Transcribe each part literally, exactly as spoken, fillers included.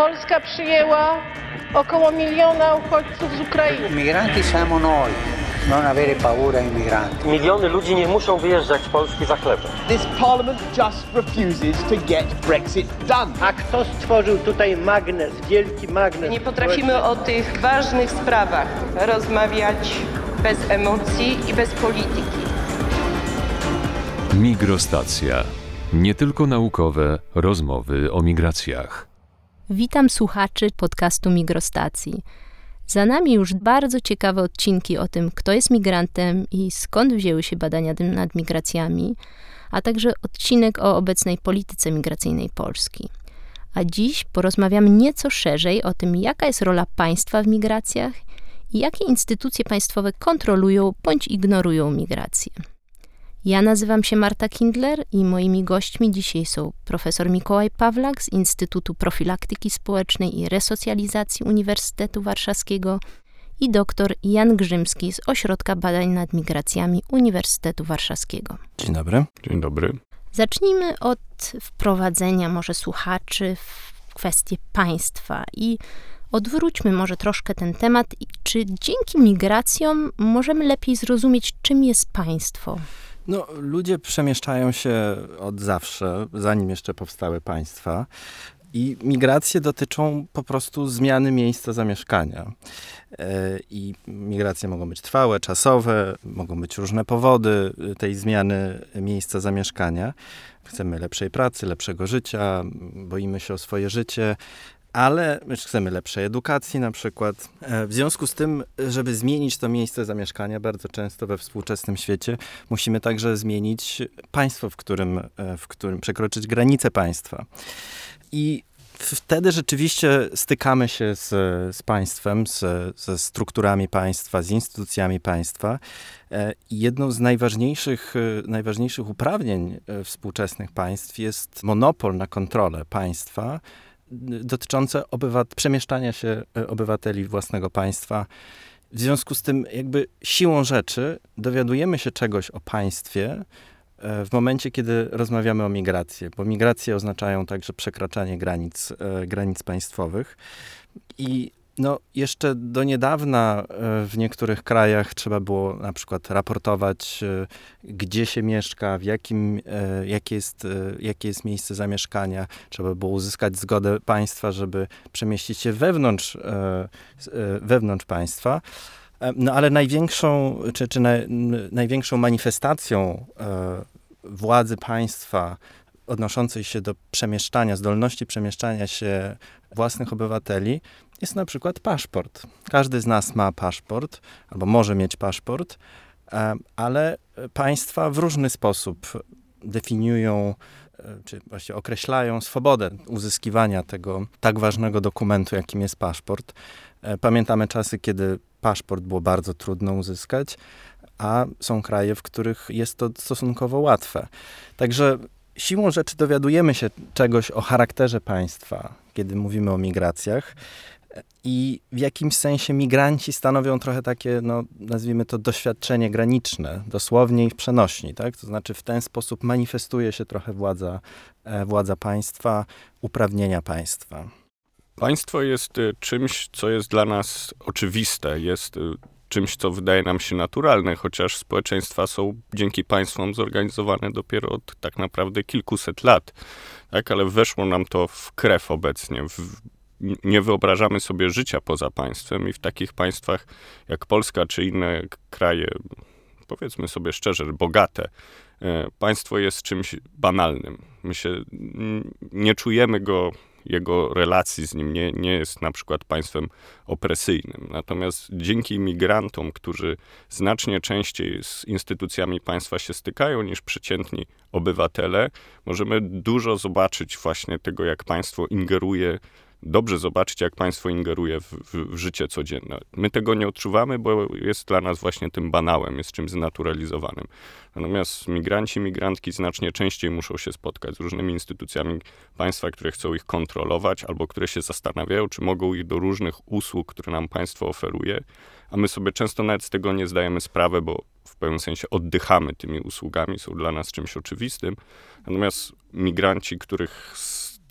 Polska przyjęła około miliona uchodźców z Ukrainy. Migranti siamo noi, non avere paura immigrati. Miliony ludzi nie muszą wyjeżdżać z Polski za chlebem. This parliament just refuses to get Brexit done. A kto stworzył tutaj magnes, wielki magnes? Nie potrafimy o tych ważnych sprawach rozmawiać bez emocji i bez polityki. Migrostacja. Nie tylko naukowe rozmowy o migracjach. Witam słuchaczy podcastu Migrostacji. Za nami już bardzo ciekawe odcinki o tym, kto jest migrantem i skąd wzięły się badania nad migracjami, a także odcinek o obecnej polityce migracyjnej Polski. A dziś porozmawiamy nieco szerzej o tym, jaka jest rola państwa w migracjach i jakie instytucje państwowe kontrolują bądź ignorują migrację. Ja nazywam się Marta Kindler i moimi gośćmi dzisiaj są profesor Mikołaj Pawlak z Instytutu Profilaktyki Społecznej i Resocjalizacji Uniwersytetu Warszawskiego i dr Jan Grzymski z Ośrodka Badań nad Migracjami Uniwersytetu Warszawskiego. Dzień dobry. Dzień dobry. Zacznijmy od wprowadzenia może słuchaczy w kwestię państwa i odwróćmy może troszkę ten temat. Czy dzięki migracjom możemy lepiej zrozumieć, czym jest państwo? No, ludzie przemieszczają się od zawsze, zanim jeszcze powstały państwa. I migracje dotyczą po prostu zmiany miejsca zamieszkania. I migracje mogą być trwałe, czasowe, mogą być różne powody tej zmiany miejsca zamieszkania. Chcemy lepszej pracy, lepszego życia, boimy się o swoje życie, ale my chcemy lepszej edukacji na przykład. W związku z tym, żeby zmienić to miejsce zamieszkania, bardzo często we współczesnym świecie musimy także zmienić państwo, w którym, w którym przekroczyć granice państwa. I wtedy rzeczywiście stykamy się z, z państwem, z, ze strukturami państwa, z instytucjami państwa. I jedną z najważniejszych, najważniejszych uprawnień współczesnych państw jest monopol na kontrolę państwa, dotyczące obywat- przemieszczania się obywateli własnego państwa. W związku z tym jakby siłą rzeczy dowiadujemy się czegoś o państwie w momencie, kiedy rozmawiamy o migracji, bo migracje oznaczają także przekraczanie granic, granic państwowych. I no, jeszcze do niedawna w niektórych krajach trzeba było na przykład raportować, gdzie się mieszka, w jakim, jakie jest, jakie jest miejsce zamieszkania. Trzeba było uzyskać zgodę państwa, żeby przemieścić się wewnątrz, wewnątrz państwa. No ale największą, czy, czy na, największą manifestacją władzy państwa odnoszącej się do przemieszczania, zdolności przemieszczania się własnych obywateli jest na przykład paszport. Każdy z nas ma paszport, albo może mieć paszport, ale państwa w różny sposób definiują, czy właściwie określają swobodę uzyskiwania tego tak ważnego dokumentu, jakim jest paszport. Pamiętamy czasy, kiedy paszport było bardzo trudno uzyskać, a są kraje, w których jest to stosunkowo łatwe. Także siłą rzeczy dowiadujemy się czegoś o charakterze państwa, kiedy mówimy o migracjach i w jakimś sensie migranci stanowią trochę takie, no, nazwijmy to doświadczenie graniczne, dosłownie i w przenośni, tak? To znaczy w ten sposób manifestuje się trochę władza, władza państwa, uprawnienia państwa. Państwo jest czymś, co jest dla nas oczywiste, jest czymś, co wydaje nam się naturalne, chociaż społeczeństwa są dzięki państwom zorganizowane dopiero od tak naprawdę kilkuset lat. Tak, ale weszło nam to w krew obecnie. W, nie wyobrażamy sobie życia poza państwem i w takich państwach jak Polska czy inne kraje, powiedzmy sobie szczerze, bogate, państwo jest czymś banalnym. My się nie czujemy go, jego relacji z nim nie, nie jest na przykład państwem opresyjnym. Natomiast dzięki imigrantom, którzy znacznie częściej z instytucjami państwa się stykają niż przeciętni obywatele, możemy dużo zobaczyć właśnie tego, jak państwo ingeruje, dobrze zobaczyć, jak państwo ingeruje w, w, w życie codzienne. My tego nie odczuwamy, bo jest dla nas właśnie tym banałem, jest czymś znaturalizowanym. Natomiast migranci, migrantki znacznie częściej muszą się spotkać z różnymi instytucjami państwa, które chcą ich kontrolować, albo które się zastanawiają, czy mogą ich do różnych usług, które nam państwo oferuje, a my sobie często nawet z tego nie zdajemy sprawy, bo w pewnym sensie oddychamy tymi usługami, są dla nas czymś oczywistym. Natomiast migranci, których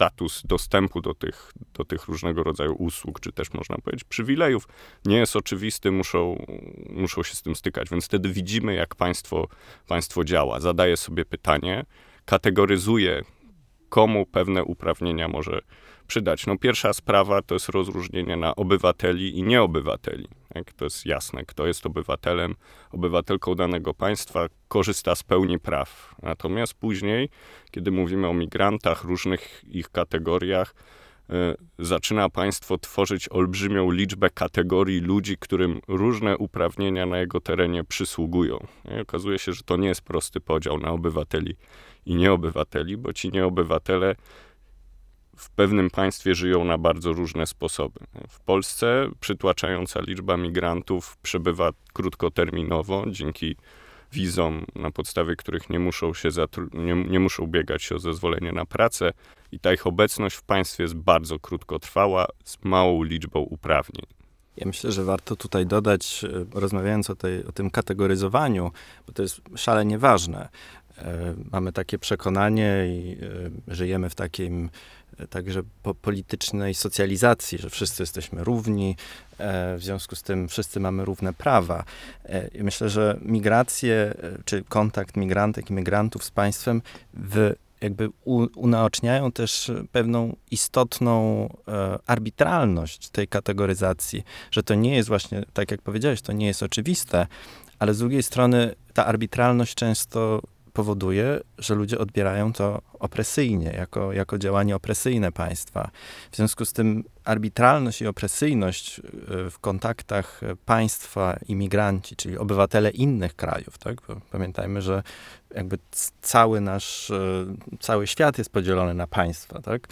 status dostępu do tych, do tych różnego rodzaju usług, czy też można powiedzieć przywilejów, nie jest oczywisty, muszą, muszą się z tym stykać. Więc wtedy widzimy, jak państwo, państwo działa. Zadaje sobie pytanie, kategoryzuje, komu pewne uprawnienia może przydać. No pierwsza sprawa to jest rozróżnienie na obywateli i nieobywateli. Tak? To jest jasne, kto jest obywatelem, obywatelką danego państwa, korzysta z pełni praw. Natomiast później, kiedy mówimy o migrantach, różnych ich kategoriach, y, zaczyna państwo tworzyć olbrzymią liczbę kategorii ludzi, którym różne uprawnienia na jego terenie przysługują. I okazuje się, że to nie jest prosty podział na obywateli i nieobywateli, bo ci nieobywatele w pewnym państwie żyją na bardzo różne sposoby. W Polsce przytłaczająca liczba migrantów przebywa krótkoterminowo dzięki wizom, na podstawie których nie muszą się zatru- nie, nie muszą ubiegać się o zezwolenie na pracę i ta ich obecność w państwie jest bardzo krótkotrwała, z małą liczbą uprawnień. Ja myślę, że warto tutaj dodać, rozmawiając o, tej, o tym kategoryzowaniu, bo to jest szalenie ważne. Mamy takie przekonanie i żyjemy w takim także po politycznej socjalizacji, że wszyscy jesteśmy równi, w związku z tym wszyscy mamy równe prawa. I myślę, że migracje, czy kontakt migrantek i migrantów z państwem w jakby u, unaoczniają też pewną istotną e, arbitralność tej kategoryzacji, że to nie jest właśnie, tak jak powiedziałeś, to nie jest oczywiste, ale z drugiej strony ta arbitralność często powoduje, że ludzie odbierają to opresyjnie, jako, jako działanie opresyjne państwa. W związku z tym arbitralność i opresyjność w kontaktach państwa i migranci, czyli obywatele innych krajów, tak? Bo pamiętajmy, że jakby cały nasz, cały świat jest podzielony na państwa, tak?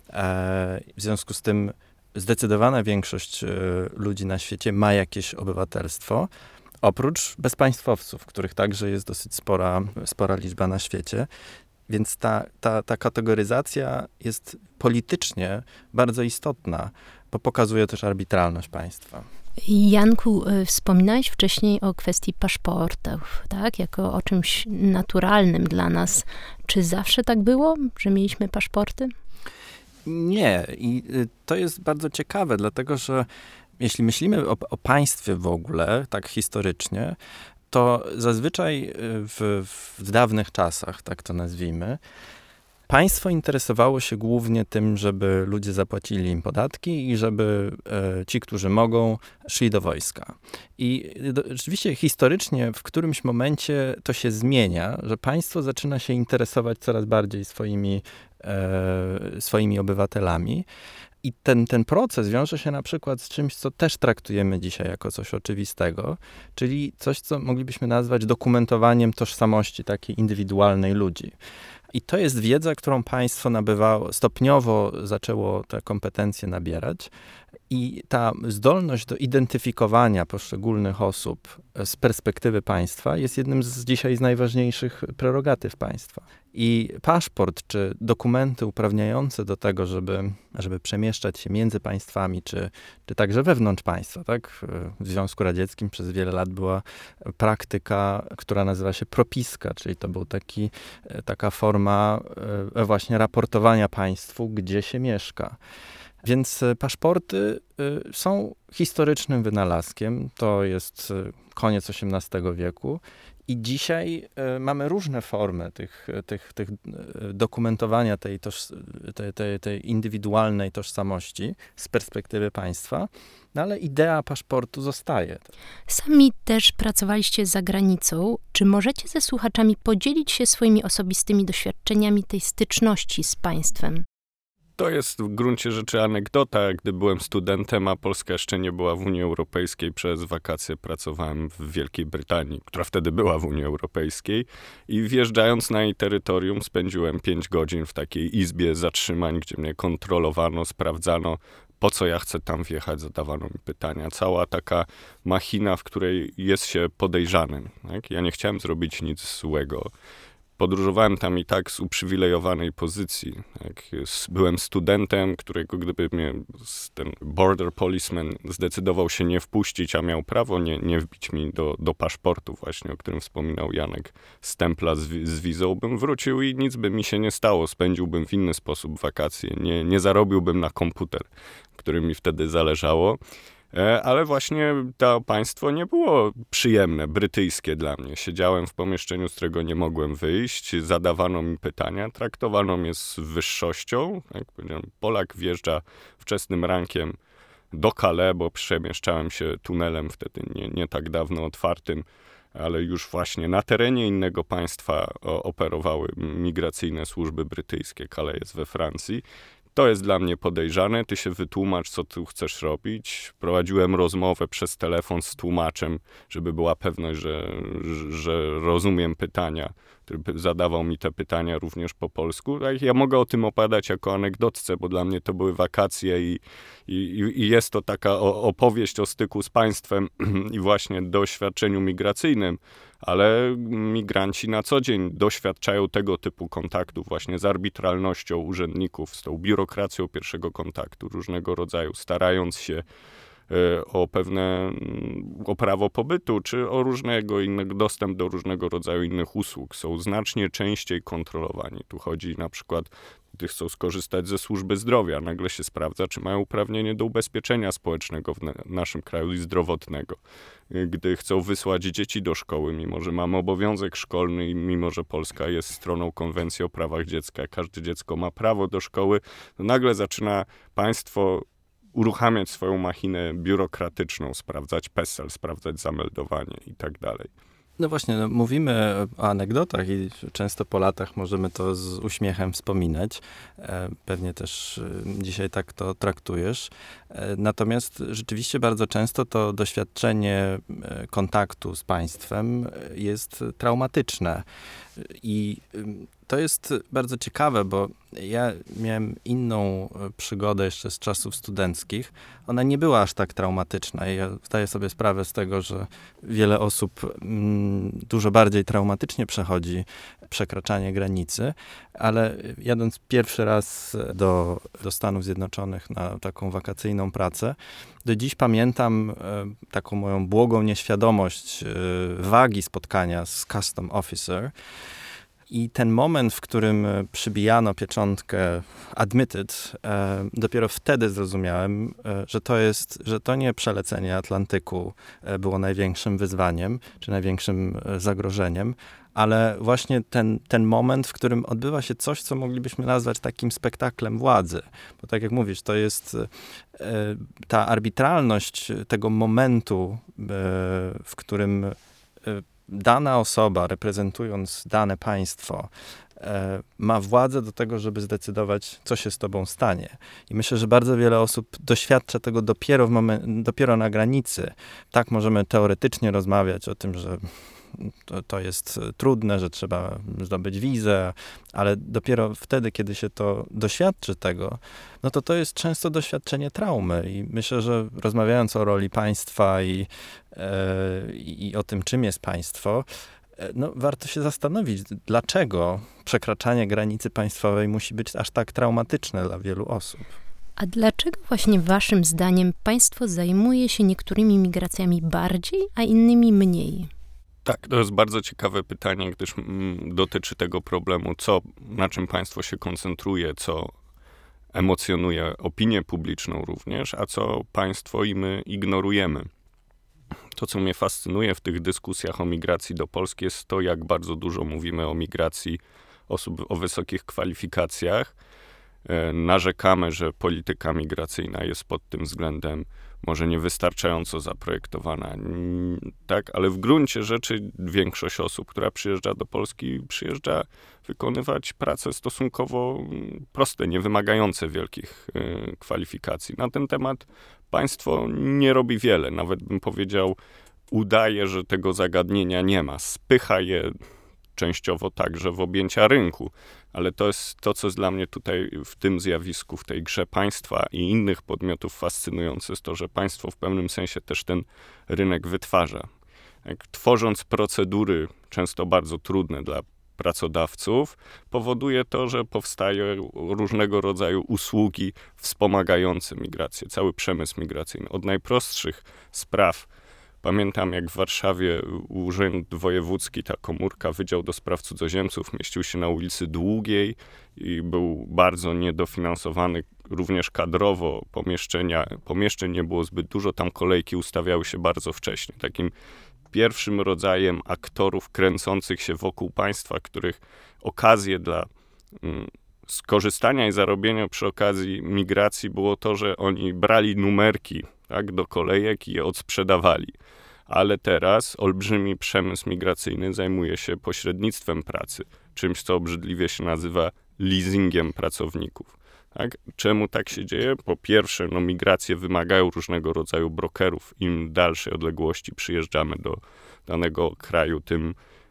W związku z tym zdecydowana większość ludzi na świecie ma jakieś obywatelstwo, oprócz bezpaństwowców, których także jest dosyć spora, spora liczba na świecie. Więc ta, ta, ta kategoryzacja jest politycznie bardzo istotna, bo pokazuje też arbitralność państwa. Janku, wspominałeś wcześniej o kwestii paszportów, tak? Jako o czymś naturalnym dla nas. Czy zawsze tak było, że mieliśmy paszporty? Nie. I to jest bardzo ciekawe, dlatego że jeśli myślimy o, o państwie w ogóle, tak historycznie, to zazwyczaj w, w dawnych czasach, tak to nazwijmy, państwo interesowało się głównie tym, żeby ludzie zapłacili im podatki i żeby e, ci, którzy mogą, szli do wojska. I do, rzeczywiście historycznie w którymś momencie to się zmienia, że państwo zaczyna się interesować coraz bardziej swoimi, e, swoimi obywatelami. I ten, ten proces wiąże się na przykład z czymś, co też traktujemy dzisiaj jako coś oczywistego, czyli coś, co moglibyśmy nazwać dokumentowaniem tożsamości takiej indywidualnej ludzi. I to jest wiedza, którą państwo nabywało, stopniowo zaczęło te kompetencje nabierać. I ta zdolność do identyfikowania poszczególnych osób z perspektywy państwa jest jednym z dzisiaj z najważniejszych prerogatyw państwa. I paszport, czy dokumenty uprawniające do tego, żeby, żeby przemieszczać się między państwami, czy, czy także wewnątrz państwa, tak? W Związku Radzieckim przez wiele lat była praktyka, która nazywa się propiska, czyli to był taki, taka forma właśnie raportowania państwu, gdzie się mieszka. Więc paszporty są historycznym wynalazkiem. To jest koniec osiemnastego wieku. I dzisiaj mamy różne formy tych, tych, tych dokumentowania tej, toż, tej, tej, tej indywidualnej tożsamości z perspektywy państwa, no ale idea paszportu zostaje. Sami też pracowaliście za granicą. Czy możecie ze słuchaczami podzielić się swoimi osobistymi doświadczeniami tej styczności z państwem? To jest w gruncie rzeczy anegdota. Gdy byłem studentem, a Polska jeszcze nie była w Unii Europejskiej, przez wakacje pracowałem w Wielkiej Brytanii, która wtedy była w Unii Europejskiej, i wjeżdżając na jej terytorium spędziłem pięć godzin w takiej izbie zatrzymań, gdzie mnie kontrolowano, sprawdzano, po co ja chcę tam wjechać, zadawano mi pytania. Cała taka machina, w której jest się podejrzanym. Tak? Ja nie chciałem zrobić nic złego. podróżowałem tam i tak z uprzywilejowanej pozycji. Jak byłem studentem, którego gdyby mnie ten border policeman zdecydował się nie wpuścić, a miał prawo nie, nie wbić mi do, do paszportu właśnie, o którym wspominał Janek, stempla z, z wizą, bym wrócił i nic by mi się nie stało. Spędziłbym w inny sposób wakacje. Nie, nie zarobiłbym na komputer, który mi wtedy zależało. Ale właśnie to państwo nie było przyjemne, brytyjskie dla mnie. Siedziałem w pomieszczeniu, z którego nie mogłem wyjść, zadawano mi pytania, traktowano mnie z wyższością. Jak powiedziałem, Polak wjeżdża wczesnym rankiem do Calais, bo przemieszczałem się tunelem wtedy nie, nie tak dawno otwartym, ale już właśnie na terenie innego państwa operowały migracyjne służby brytyjskie. Calais jest we Francji. To jest dla mnie podejrzane, ty się wytłumacz, co tu chcesz robić. Prowadziłem rozmowę przez telefon z tłumaczem, żeby była pewność, że, że rozumiem pytania, który zadawał mi te pytania również po polsku. Ja mogę o tym opowiadać jako anegdotce, bo dla mnie to były wakacje i, i, i jest to taka opowieść o styku z państwem i właśnie doświadczeniu migracyjnym, ale migranci na co dzień doświadczają tego typu kontaktów właśnie z arbitralnością urzędników, z tą biurokracją pierwszego kontaktu różnego rodzaju, starając się o pewne, o prawo pobytu, czy o różnego innego, dostęp do różnego rodzaju innych usług. Są znacznie częściej kontrolowani. Tu chodzi na przykład, gdy chcą skorzystać ze służby zdrowia, nagle się sprawdza, czy mają uprawnienie do ubezpieczenia społecznego w naszym kraju i zdrowotnego. Gdy chcą wysłać dzieci do szkoły, mimo że mamy obowiązek szkolny i mimo że Polska jest stroną konwencji o prawach dziecka, każde dziecko ma prawo do szkoły, to nagle zaczyna państwo uruchamiać swoją machinę biurokratyczną, sprawdzać PESEL, sprawdzać zameldowanie i tak dalej. No właśnie, no, mówimy o anegdotach i często po latach możemy to z uśmiechem wspominać. E, pewnie też e, dzisiaj tak to traktujesz. E, natomiast rzeczywiście bardzo często to doświadczenie e, kontaktu z państwem jest traumatyczne. I to jest bardzo ciekawe, bo ja miałem inną przygodę jeszcze z czasów studenckich. Ona nie była aż tak traumatyczna. Ja zdaję sobie sprawę z tego, że wiele osób mm, dużo bardziej traumatycznie przechodzi przekraczanie granicy, ale jadąc pierwszy raz do, do Stanów Zjednoczonych na taką wakacyjną pracę, do dziś pamiętam e, taką moją błogą nieświadomość e, wagi spotkania z custom officer. I ten moment, w którym przybijano pieczątkę admitted, e, dopiero wtedy zrozumiałem, e, że to jest, że to nie przelecenie Atlantyku e, było największym wyzwaniem, czy największym e, zagrożeniem, ale właśnie ten, ten moment, w którym odbywa się coś, co moglibyśmy nazwać takim spektaklem władzy. Bo tak jak mówisz, to jest e, ta arbitralność tego momentu, e, w którym e, dana osoba, reprezentując dane państwo, e, ma władzę do tego, żeby zdecydować, co się z tobą stanie. I myślę, że bardzo wiele osób doświadcza tego dopiero, w momen- dopiero na granicy. Tak możemy teoretycznie rozmawiać o tym, że to, to jest trudne, że trzeba zdobyć wizę, ale dopiero wtedy, kiedy się to doświadczy tego, no to to jest często doświadczenie traumy. I myślę, że rozmawiając o roli państwa i, e, i o tym, czym jest państwo, e, no warto się zastanowić, dlaczego przekraczanie granicy państwowej musi być aż tak traumatyczne dla wielu osób. A dlaczego właśnie waszym zdaniem państwo zajmuje się niektórymi migracjami bardziej, a innymi mniej? Tak, to jest bardzo ciekawe pytanie, gdyż mm, dotyczy tego problemu, co, na czym państwo się koncentruje, co emocjonuje opinię publiczną również, a co państwo i my ignorujemy. To, co mnie fascynuje w tych dyskusjach o migracji do Polski, jest to, jak bardzo dużo mówimy o migracji osób o wysokich kwalifikacjach. E, narzekamy, że polityka migracyjna jest pod tym względem może niewystarczająco zaprojektowana, tak, ale w gruncie rzeczy większość osób, która przyjeżdża do Polski, przyjeżdża wykonywać prace stosunkowo proste, niewymagające wielkich y, kwalifikacji. Na ten temat państwo nie robi wiele, nawet bym powiedział, udaje, że tego zagadnienia nie ma, spycha je częściowo także w objęcia rynku, ale to jest to, co jest dla mnie tutaj w tym zjawisku, w tej grze państwa i innych podmiotów fascynujące, jest to, że państwo w pewnym sensie też ten rynek wytwarza. Jak tworząc procedury, często bardzo trudne dla pracodawców, powoduje to, że powstają różnego rodzaju usługi wspomagające migrację, cały przemysł migracyjny. Od najprostszych spraw. Pamiętam, jak w Warszawie Urząd Wojewódzki, ta komórka, Wydział do Spraw Cudzoziemców mieścił się na ulicy Długiej i był bardzo niedofinansowany również kadrowo. Pomieszczenia, pomieszczeń nie było zbyt dużo, tam kolejki ustawiały się bardzo wcześnie. Takim pierwszym rodzajem aktorów kręcących się wokół państwa, których okazje dla mm, skorzystania i zarobienia przy okazji migracji było to, że oni brali numerki, tak, do kolejek i je odsprzedawali. Ale teraz olbrzymi przemysł migracyjny zajmuje się pośrednictwem pracy, czymś, co obrzydliwie się nazywa leasingiem pracowników. Tak? Czemu tak się dzieje? Po pierwsze, no, migracje wymagają różnego rodzaju brokerów. Im dalszej odległości przyjeżdżamy do danego kraju, tym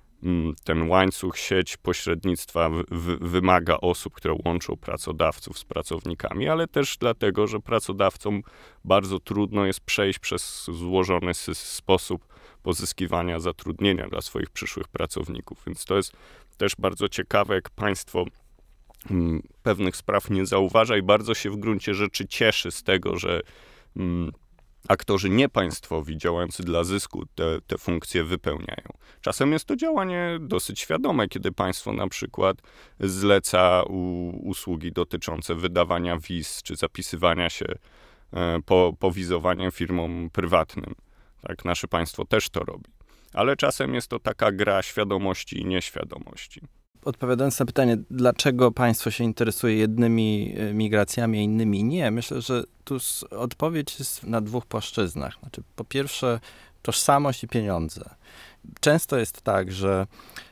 ten łańcuch, sieć pośrednictwa w, w, wymaga osób, które łączą pracodawców z pracownikami, ale też dlatego, że pracodawcom bardzo trudno jest przejść przez złożony sposób pozyskiwania zatrudnienia dla swoich przyszłych pracowników. Więc to jest też bardzo ciekawe, jak państwo m, pewnych spraw nie zauważa i bardzo się w gruncie rzeczy cieszy z tego, że m, aktorzy niepaństwowi działający dla zysku te, te funkcje wypełniają. Czasem jest to działanie dosyć świadome, kiedy państwo na przykład zleca u, usługi dotyczące wydawania wiz, czy zapisywania się e, po, po wizowaniem firmom prywatnym. Tak, nasze państwo też to robi. Ale czasem jest to taka gra świadomości i nieświadomości. Odpowiadając na pytanie, dlaczego państwo się interesuje jednymi migracjami, a innymi nie, myślę, że tu odpowiedź jest na dwóch płaszczyznach. Znaczy, po pierwsze, tożsamość i pieniądze. Często jest tak, że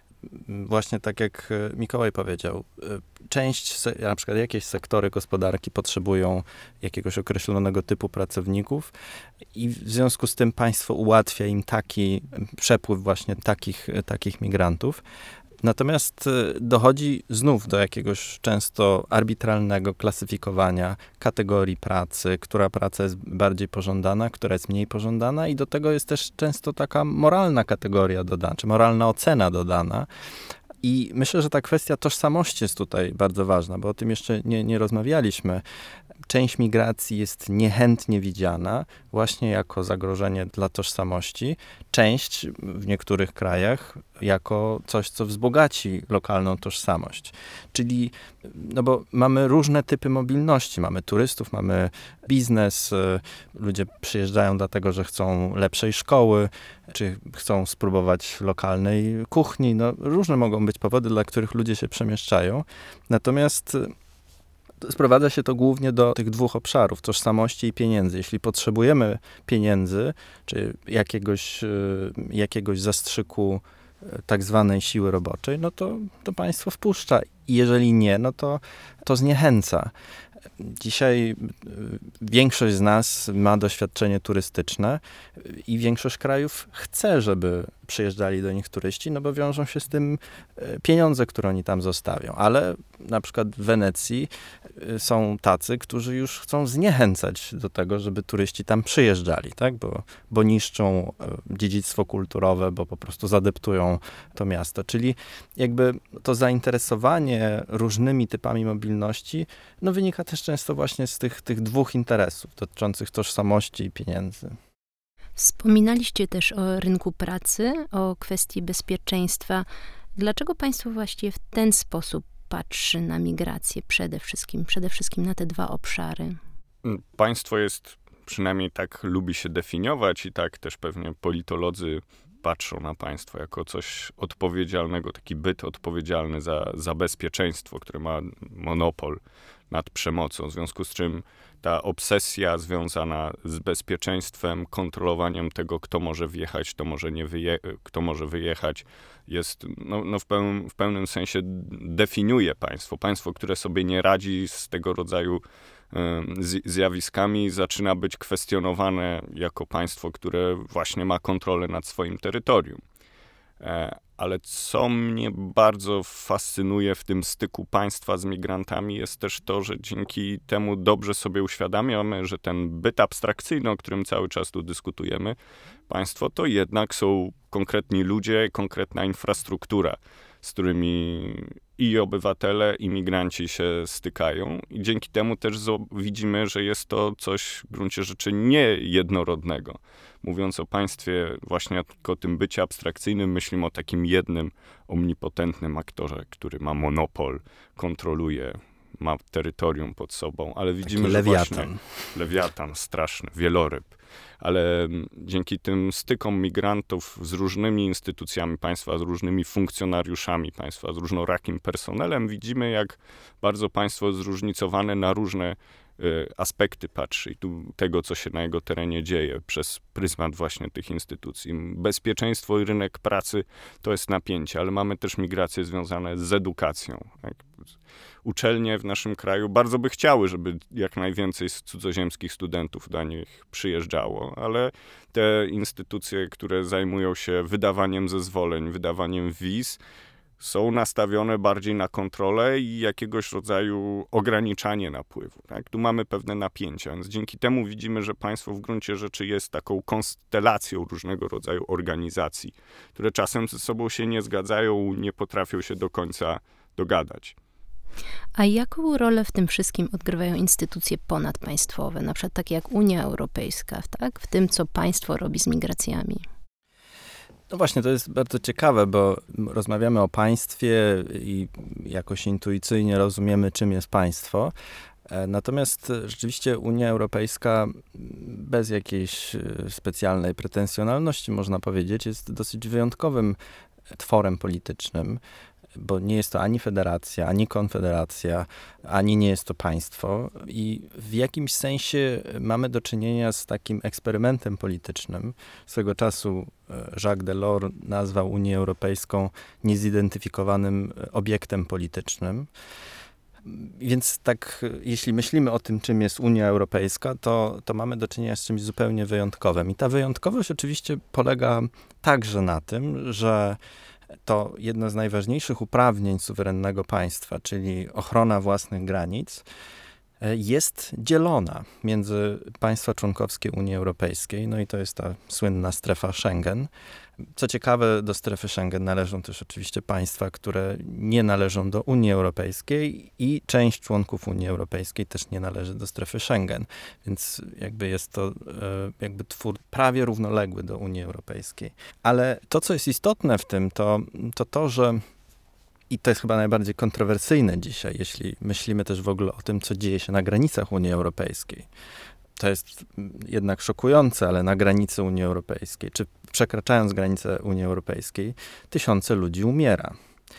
właśnie tak jak Mikołaj powiedział, część, na przykład jakieś sektory gospodarki potrzebują jakiegoś określonego typu pracowników i w związku z tym państwo ułatwia im taki przepływ właśnie takich, takich migrantów. Natomiast dochodzi znów do jakiegoś często arbitralnego klasyfikowania kategorii pracy, która praca jest bardziej pożądana, która jest mniej pożądana i do tego jest też często taka moralna kategoria dodana, czy moralna ocena dodana. I myślę, że ta kwestia tożsamości jest tutaj bardzo ważna, bo o tym jeszcze nie, nie rozmawialiśmy. Część migracji jest niechętnie widziana właśnie jako zagrożenie dla tożsamości. Część w niektórych krajach jako coś, co wzbogaci lokalną tożsamość. Czyli, no bo mamy różne typy mobilności. Mamy turystów, mamy biznes, ludzie przyjeżdżają dlatego, że chcą lepszej szkoły, czy chcą spróbować lokalnej kuchni. No, różne mogą być powody, dla których ludzie się przemieszczają. Natomiast sprowadza się to głównie do tych dwóch obszarów, tożsamości i pieniędzy. Jeśli potrzebujemy pieniędzy, czy jakiegoś, jakiegoś zastrzyku tak zwanej siły roboczej, no to, to państwo wpuszcza. I jeżeli nie, no to, to zniechęca. Dzisiaj większość z nas ma doświadczenie turystyczne i większość krajów chce, żeby przyjeżdżali do nich turyści, no bo wiążą się z tym pieniądze, które oni tam zostawią. Ale na przykład w Wenecji są tacy, którzy już chcą zniechęcać do tego, żeby turyści tam przyjeżdżali, tak? Bo, bo niszczą dziedzictwo kulturowe, bo po prostu zadeptują to miasto. Czyli jakby to zainteresowanie różnymi typami mobilności no wynika też często właśnie z tych, tych dwóch interesów dotyczących tożsamości i pieniędzy. Wspominaliście też o rynku pracy, o kwestii bezpieczeństwa. Dlaczego państwo właściwie w ten sposób patrzy na migrację przede wszystkim, przede wszystkim na te dwa obszary? Państwo jest, przynajmniej tak lubi się definiować i tak też pewnie politolodzy patrzą na państwo jako coś odpowiedzialnego, taki byt odpowiedzialny za, za bezpieczeństwo, które ma monopol nad przemocą, w związku z czym ta obsesja związana z bezpieczeństwem, kontrolowaniem tego, kto może wjechać, kto może nie wyje- kto może wyjechać, jest no, no w, pełnym, w pełnym sensie definiuje państwo. Państwo, które sobie nie radzi z tego rodzaju y, zjawiskami, zaczyna być kwestionowane jako państwo, które właśnie ma kontrolę nad swoim terytorium. E, ale co mnie bardzo fascynuje w tym styku państwa z migrantami jest też to, że dzięki temu dobrze sobie uświadamiamy, że ten byt abstrakcyjny, o którym cały czas tu dyskutujemy, państwo to jednak są konkretni ludzie, konkretna infrastruktura. z którymi i obywatele, i migranci się stykają. I dzięki temu też widzimy, że jest to coś w gruncie rzeczy niejednorodnego. Mówiąc o państwie, właśnie tylko o tym bycie abstrakcyjnym, myślimy o takim jednym, omnipotentnym aktorze, który ma monopol, kontroluje, ma terytorium pod sobą, ale widzimy, Taki że lewiatan. właśnie lewiatan straszny, wieloryb. Ale dzięki tym stykom migrantów z różnymi instytucjami państwa, z różnymi funkcjonariuszami państwa, z różnorakim personelem, widzimy, jak bardzo państwo jest zróżnicowane na różne y, aspekty patrzy i tu tego, co się na jego terenie dzieje przez pryzmat właśnie tych instytucji. Bezpieczeństwo i rynek pracy to jest napięcie, ale mamy też migracje związane z edukacją. Tak? Uczelnie w naszym kraju bardzo by chciały, żeby jak najwięcej cudzoziemskich studentów do nich przyjeżdżało, ale te instytucje, które zajmują się wydawaniem zezwoleń, wydawaniem wiz, są nastawione bardziej na kontrolę i jakiegoś rodzaju ograniczanie napływu. Tak? Tu mamy pewne napięcia, więc dzięki temu widzimy, że państwo w gruncie rzeczy jest taką konstelacją różnego rodzaju organizacji, które czasem ze sobą się nie zgadzają, nie potrafią się do końca dogadać. A jaką rolę w tym wszystkim odgrywają instytucje ponadpaństwowe, na przykład takie jak Unia Europejska, tak? W tym, co państwo robi z migracjami? No właśnie, to jest bardzo ciekawe, bo rozmawiamy o państwie i jakoś intuicyjnie rozumiemy, czym jest państwo. Natomiast rzeczywiście Unia Europejska bez jakiejś specjalnej pretensjonalności, można powiedzieć, jest dosyć wyjątkowym tworem politycznym, bo nie jest to ani federacja, ani konfederacja, ani nie jest to państwo i w jakimś sensie mamy do czynienia z takim eksperymentem politycznym. Swego czasu Jacques Delors nazwał Unię Europejską niezidentyfikowanym obiektem politycznym. Więc tak, jeśli myślimy o tym, czym jest Unia Europejska, to, to mamy do czynienia z czymś zupełnie wyjątkowym. I ta wyjątkowość oczywiście polega także na tym, że to jedno z najważniejszych uprawnień suwerennego państwa, czyli ochrona własnych granic, jest dzielona między państwa członkowskie Unii Europejskiej, no i to jest ta słynna strefa Schengen. Co ciekawe, do strefy Schengen należą też oczywiście państwa, które nie należą do Unii Europejskiej i część członków Unii Europejskiej też nie należy do strefy Schengen, więc jakby jest to jakby twór prawie równoległy do Unii Europejskiej. Ale to, co jest istotne w tym, to to, to że i to jest chyba najbardziej kontrowersyjne dzisiaj, jeśli myślimy też w ogóle o tym, co dzieje się na granicach Unii Europejskiej. To jest jednak szokujące, ale na granicy Unii Europejskiej, czy przekraczając granicę Unii Europejskiej, tysiące ludzi umiera.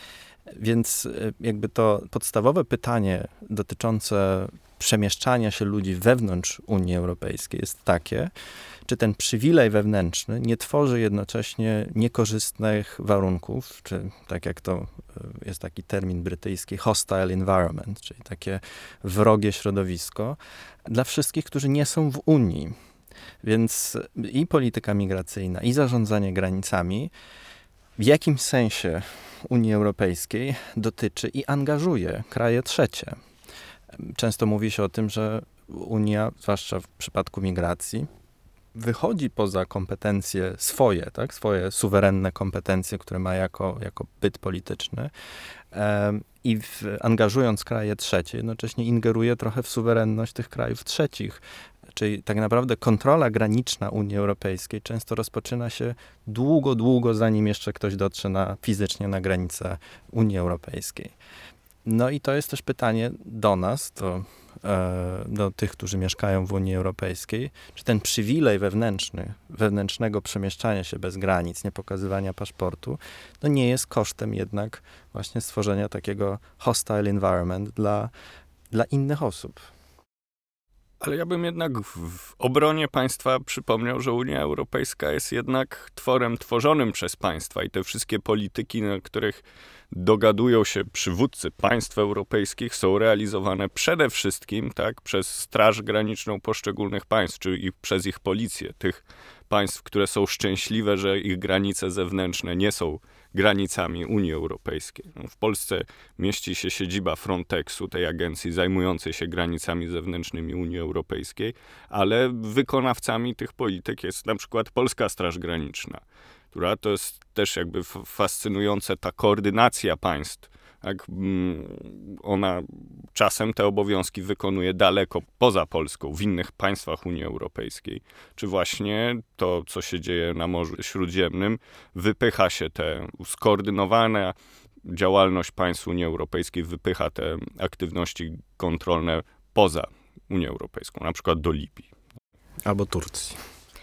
Więc jakby to podstawowe pytanie dotyczące przemieszczania się ludzi wewnątrz Unii Europejskiej jest takie, czy ten przywilej wewnętrzny nie tworzy jednocześnie niekorzystnych warunków, czy tak jak to jest taki termin brytyjski, hostile environment, czyli takie wrogie środowisko dla wszystkich, którzy nie są w Unii. Więc i polityka migracyjna, i zarządzanie granicami w jakimś sensie Unii Europejskiej dotyczy i angażuje kraje trzecie. Często mówi się o tym, że Unia, zwłaszcza w przypadku migracji, wychodzi poza kompetencje swoje, tak, swoje suwerenne kompetencje, które ma jako, jako byt polityczny um, i w, angażując kraje trzecie, jednocześnie ingeruje trochę w suwerenność tych krajów trzecich. Czyli tak naprawdę kontrola graniczna Unii Europejskiej często rozpoczyna się długo, długo zanim jeszcze ktoś dotrze na, fizycznie na granicę Unii Europejskiej. No i to jest też pytanie do nas, do, e, do tych, którzy mieszkają w Unii Europejskiej, czy ten przywilej wewnętrzny, wewnętrznego przemieszczania się bez granic, nie pokazywania paszportu, no nie jest kosztem jednak właśnie stworzenia takiego hostile environment dla, dla innych osób. Ale ja bym jednak w obronie państwa przypomniał, że Unia Europejska jest jednak tworem tworzonym przez państwa i te wszystkie polityki, na których dogadują się przywódcy państw europejskich, są realizowane przede wszystkim tak, przez Straż Graniczną poszczególnych państw, czyli przez ich policję, tych państw, które są szczęśliwe, że ich granice zewnętrzne nie są granicami Unii Europejskiej. No, w Polsce mieści się siedziba Frontexu, tej agencji zajmującej się granicami zewnętrznymi Unii Europejskiej, ale wykonawcami tych polityk jest na przykład Polska Straż Graniczna. która to jest też jakby fascynujące ta koordynacja państw. Tak, ona czasem te obowiązki wykonuje daleko poza Polską, w innych państwach Unii Europejskiej. Czy właśnie to, co się dzieje na Morzu Śródziemnym, wypycha się te skoordynowane działalność państw Unii Europejskiej, wypycha te aktywności kontrolne poza Unię Europejską, na przykład do Libii. Albo Turcji.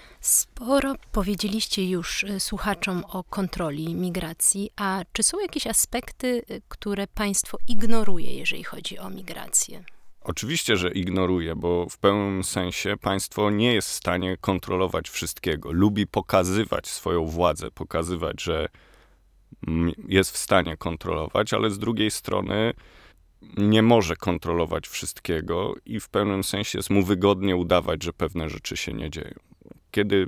Sporo powiedzieliście już słuchaczom o kontroli migracji, a czy są jakieś aspekty, które państwo ignoruje, jeżeli chodzi o migrację? Oczywiście, że ignoruje, bo w pewnym sensie państwo nie jest w stanie kontrolować wszystkiego. Lubi pokazywać swoją władzę, pokazywać, że jest w stanie kontrolować, ale z drugiej strony nie może kontrolować wszystkiego i w pewnym sensie jest mu wygodnie udawać, że pewne rzeczy się nie dzieją. Kiedy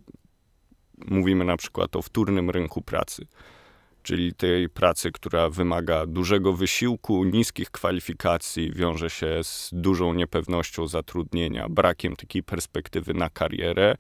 mówimy na przykład o wtórnym rynku pracy, czyli tej pracy, która wymaga dużego wysiłku, niskich kwalifikacji, wiąże się z dużą niepewnością zatrudnienia, brakiem takiej perspektywy na karierę.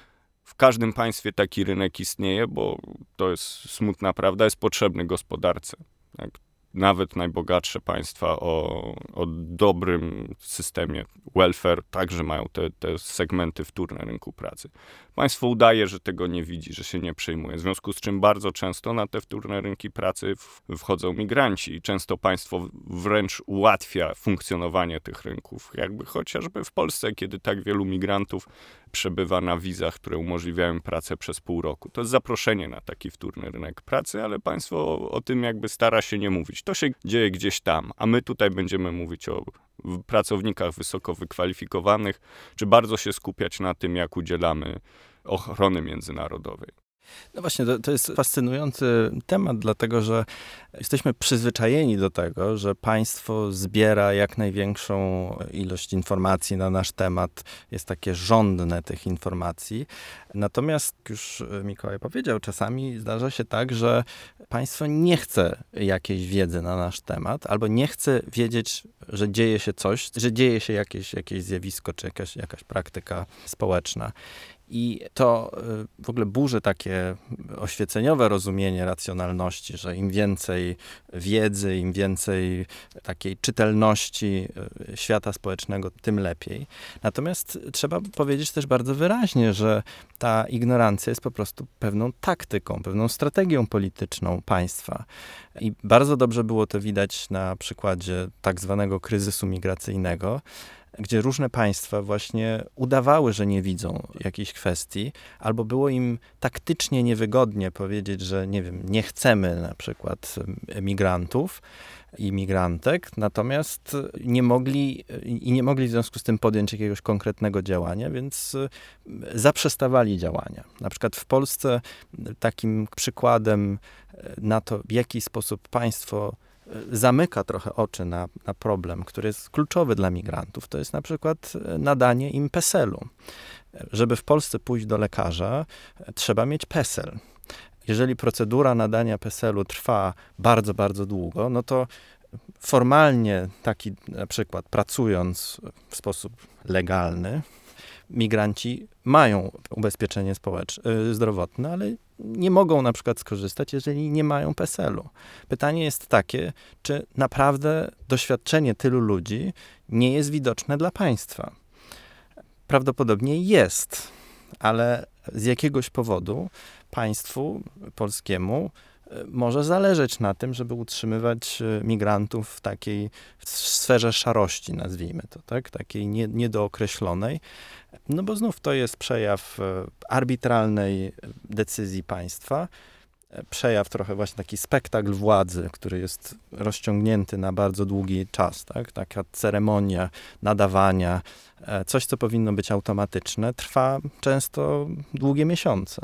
W każdym państwie taki rynek istnieje, bo to jest smutna prawda, jest potrzebny gospodarce. Tak? Nawet najbogatsze państwa o, o dobrym systemie welfare także mają te, te segmenty wtórne rynku pracy. Państwo udaje, że tego nie widzi, że się nie przejmuje. W związku z czym bardzo często na te wtórne rynki pracy w, wchodzą migranci i często państwo wręcz ułatwia funkcjonowanie tych rynków. Jakby chociażby w Polsce, kiedy tak wielu migrantów przebywa na wizach, które umożliwiają pracę przez pół roku. To jest zaproszenie na taki wtórny rynek pracy, ale państwo o, o tym jakby stara się nie mówić. To się dzieje gdzieś tam, a my tutaj będziemy mówić o pracownikach wysoko wykwalifikowanych, czy bardzo się skupiać na tym, jak udzielamy ochrony międzynarodowej. No właśnie, to, to jest fascynujący temat, dlatego że jesteśmy przyzwyczajeni do tego, że państwo zbiera jak największą ilość informacji na nasz temat, jest takie żądne tych informacji. Natomiast, jak już Mikołaj powiedział, czasami zdarza się tak, że państwo nie chce jakiejś wiedzy na nasz temat, albo nie chce wiedzieć, że dzieje się coś, że dzieje się jakieś, jakieś zjawisko, czy jakaś, jakaś praktyka społeczna. I to w ogóle burzy takie oświeceniowe rozumienie racjonalności, że im więcej wiedzy, im więcej takiej czytelności świata społecznego, tym lepiej. Natomiast trzeba powiedzieć też bardzo wyraźnie, że ta ignorancja jest po prostu pewną taktyką, pewną strategią polityczną państwa. I bardzo dobrze było to widać na przykładzie tak zwanego kryzysu migracyjnego, gdzie różne państwa właśnie udawały, że nie widzą jakiejś kwestii, albo było im taktycznie niewygodnie powiedzieć, że nie wiem, nie chcemy na przykład migrantów i migrantek, natomiast nie mogli i nie mogli w związku z tym podjąć jakiegoś konkretnego działania, więc zaprzestawali działania. Na przykład w Polsce takim przykładem na to, w jaki sposób państwo zamyka trochę oczy na, na problem, który jest kluczowy dla migrantów, to jest na przykład nadanie im PESEL-u. Żeby w Polsce pójść do lekarza, trzeba mieć PESEL. Jeżeli procedura nadania PESEL-u trwa bardzo, bardzo długo, no to formalnie taki na przykład pracując w sposób legalny, migranci mają ubezpieczenie społeczne, zdrowotne, ale nie mogą na przykład skorzystać, jeżeli nie mają PESEL-u. Pytanie jest takie, czy naprawdę doświadczenie tylu ludzi nie jest widoczne dla państwa? Prawdopodobnie jest, ale z jakiegoś powodu państwu polskiemu może zależeć na tym, żeby utrzymywać migrantów w takiej sferze szarości, nazwijmy to, tak? Takiej nie, niedookreślonej. No bo znów to jest przejaw arbitralnej decyzji państwa, przejaw trochę właśnie taki spektakl władzy, który jest rozciągnięty na bardzo długi czas, tak? Taka ceremonia nadawania, coś, co powinno być automatyczne, trwa często długie miesiące.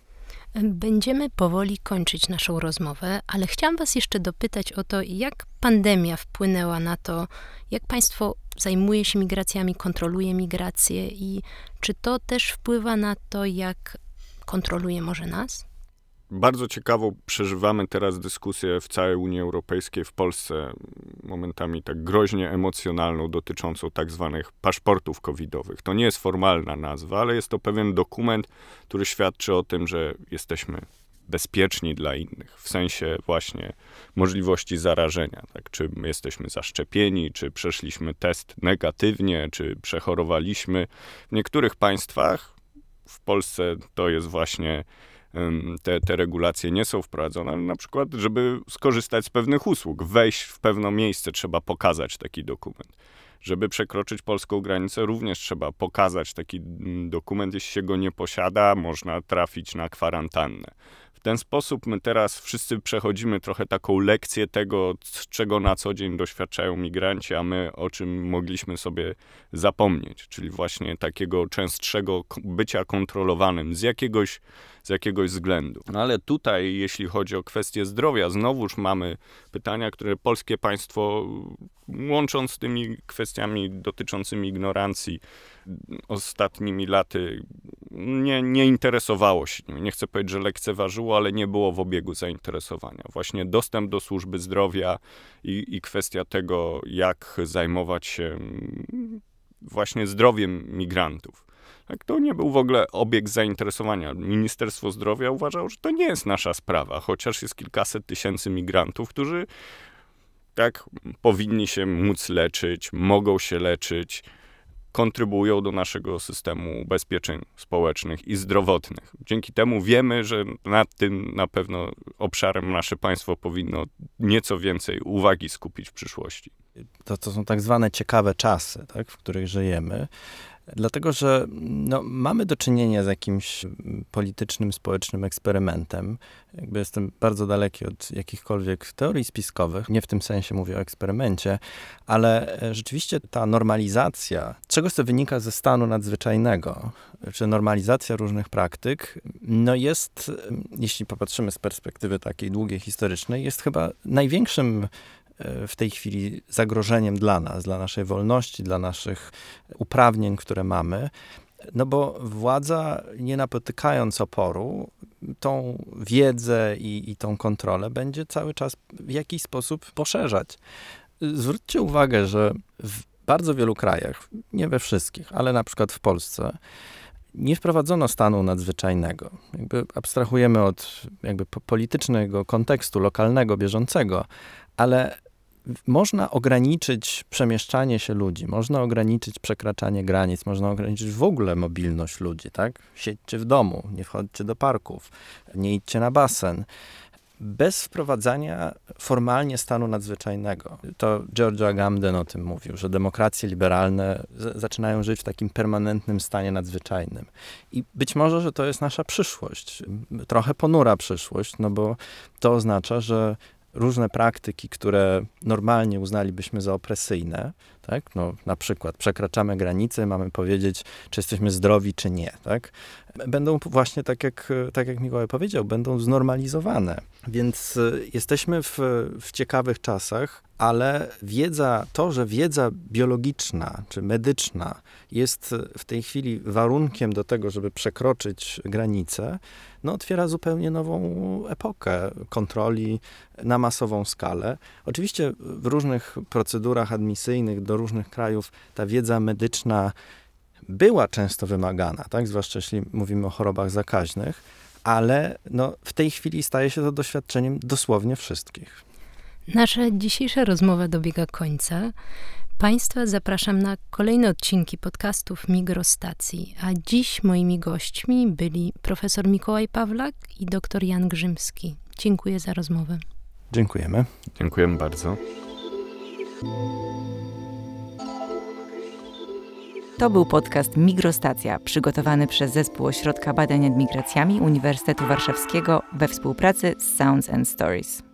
Będziemy powoli kończyć naszą rozmowę, ale chciałam was jeszcze dopytać o to, jak pandemia wpłynęła na to, jak państwo zajmuje się migracjami, kontroluje migrację i czy to też wpływa na to, jak kontroluje może nas? Bardzo ciekawą przeżywamy teraz dyskusję w całej Unii Europejskiej, w Polsce momentami tak groźnie emocjonalną, dotyczącą tak zwanych paszportów covidowych. To nie jest formalna nazwa, ale jest to pewien dokument, który świadczy o tym, że jesteśmy bezpieczni dla innych, w sensie właśnie możliwości zarażenia. Tak? Czy jesteśmy zaszczepieni, czy przeszliśmy test negatywnie, czy przechorowaliśmy. W niektórych państwach, w Polsce to jest właśnie, te, te regulacje nie są wprowadzone, ale na przykład, żeby skorzystać z pewnych usług, wejść w pewne miejsce, trzeba pokazać taki dokument. Żeby przekroczyć polską granicę, również trzeba pokazać taki dokument. Jeśli się go nie posiada, można trafić na kwarantannę. W ten sposób my teraz wszyscy przechodzimy trochę taką lekcję tego, czego na co dzień doświadczają migranci, a my o czym mogliśmy sobie zapomnieć, czyli właśnie takiego częstszego bycia kontrolowanym z jakiegoś, z jakiegoś względu. No ale tutaj, jeśli chodzi o kwestię zdrowia, znowuż mamy pytania, które polskie państwo, łącząc z tymi kwestiami dotyczącymi ignorancji, ostatnimi laty nie, nie interesowało się. Nie chcę powiedzieć, że lekceważyło, ale nie było w obiegu zainteresowania. Właśnie dostęp do służby zdrowia i, i kwestia tego, jak zajmować się właśnie zdrowiem migrantów. Tak, to nie był w ogóle obieg zainteresowania. Ministerstwo Zdrowia uważało, że to nie jest nasza sprawa, chociaż jest kilkaset tysięcy migrantów, którzy tak powinni się móc leczyć, mogą się leczyć, kontrybuują do naszego systemu ubezpieczeń społecznych i zdrowotnych. Dzięki temu wiemy, że nad tym na pewno obszarem nasze państwo powinno nieco więcej uwagi skupić w przyszłości. To, to są tak zwane ciekawe czasy, tak, w których żyjemy. Dlatego, że no, mamy do czynienia z jakimś politycznym, społecznym eksperymentem. Jakby jestem bardzo daleki od jakichkolwiek teorii spiskowych. Nie w tym sensie mówię o eksperymencie, ale rzeczywiście ta normalizacja, czego to wynika ze stanu nadzwyczajnego, czy normalizacja różnych praktyk, no jest, jeśli popatrzymy z perspektywy takiej długiej, historycznej, jest chyba największym w tej chwili zagrożeniem dla nas, dla naszej wolności, dla naszych uprawnień, które mamy. No bo władza, nie napotykając oporu, tą wiedzę i, i tą kontrolę będzie cały czas w jakiś sposób poszerzać. Zwróćcie uwagę, że w bardzo wielu krajach, nie we wszystkich, ale na przykład w Polsce, nie wprowadzono stanu nadzwyczajnego. Jakby abstrahujemy od jakby politycznego kontekstu lokalnego, bieżącego, ale można ograniczyć przemieszczanie się ludzi, można ograniczyć przekraczanie granic, można ograniczyć w ogóle mobilność ludzi, tak? Siedźcie w domu, nie wchodźcie do parków, nie idźcie na basen. Bez wprowadzania formalnie stanu nadzwyczajnego. To George Agamben o tym mówił, że demokracje liberalne z- zaczynają żyć w takim permanentnym stanie nadzwyczajnym. I być może, że to jest nasza przyszłość. Trochę ponura przyszłość, no bo to oznacza, że różne praktyki, które normalnie uznalibyśmy za opresyjne, tak? No, na przykład przekraczamy granicę, mamy powiedzieć, czy jesteśmy zdrowi, czy nie, tak? Będą właśnie, tak jak, tak jak Mikołaj powiedział, będą znormalizowane. Więc jesteśmy w, w ciekawych czasach, ale wiedza, to, że wiedza biologiczna czy medyczna jest w tej chwili warunkiem do tego, żeby przekroczyć granicę, no otwiera zupełnie nową epokę kontroli na masową skalę. Oczywiście w różnych procedurach admisyjnych do różnych krajów ta wiedza medyczna była często wymagana, tak? Zwłaszcza jeśli mówimy o chorobach zakaźnych, ale no, w tej chwili staje się to doświadczeniem dosłownie wszystkich. Nasza dzisiejsza rozmowa dobiega końca. Państwa zapraszam na kolejne odcinki podcastów Migrostacji, a dziś moimi gośćmi byli profesor Mikołaj Pawlak i dr Jan Grzymski. Dziękuję za rozmowę. Dziękujemy. Dziękujemy bardzo. To był podcast Migrostacja, przygotowany przez Zespół Ośrodka Badań nad Migracjami Uniwersytetu Warszawskiego we współpracy z Sounds and Stories.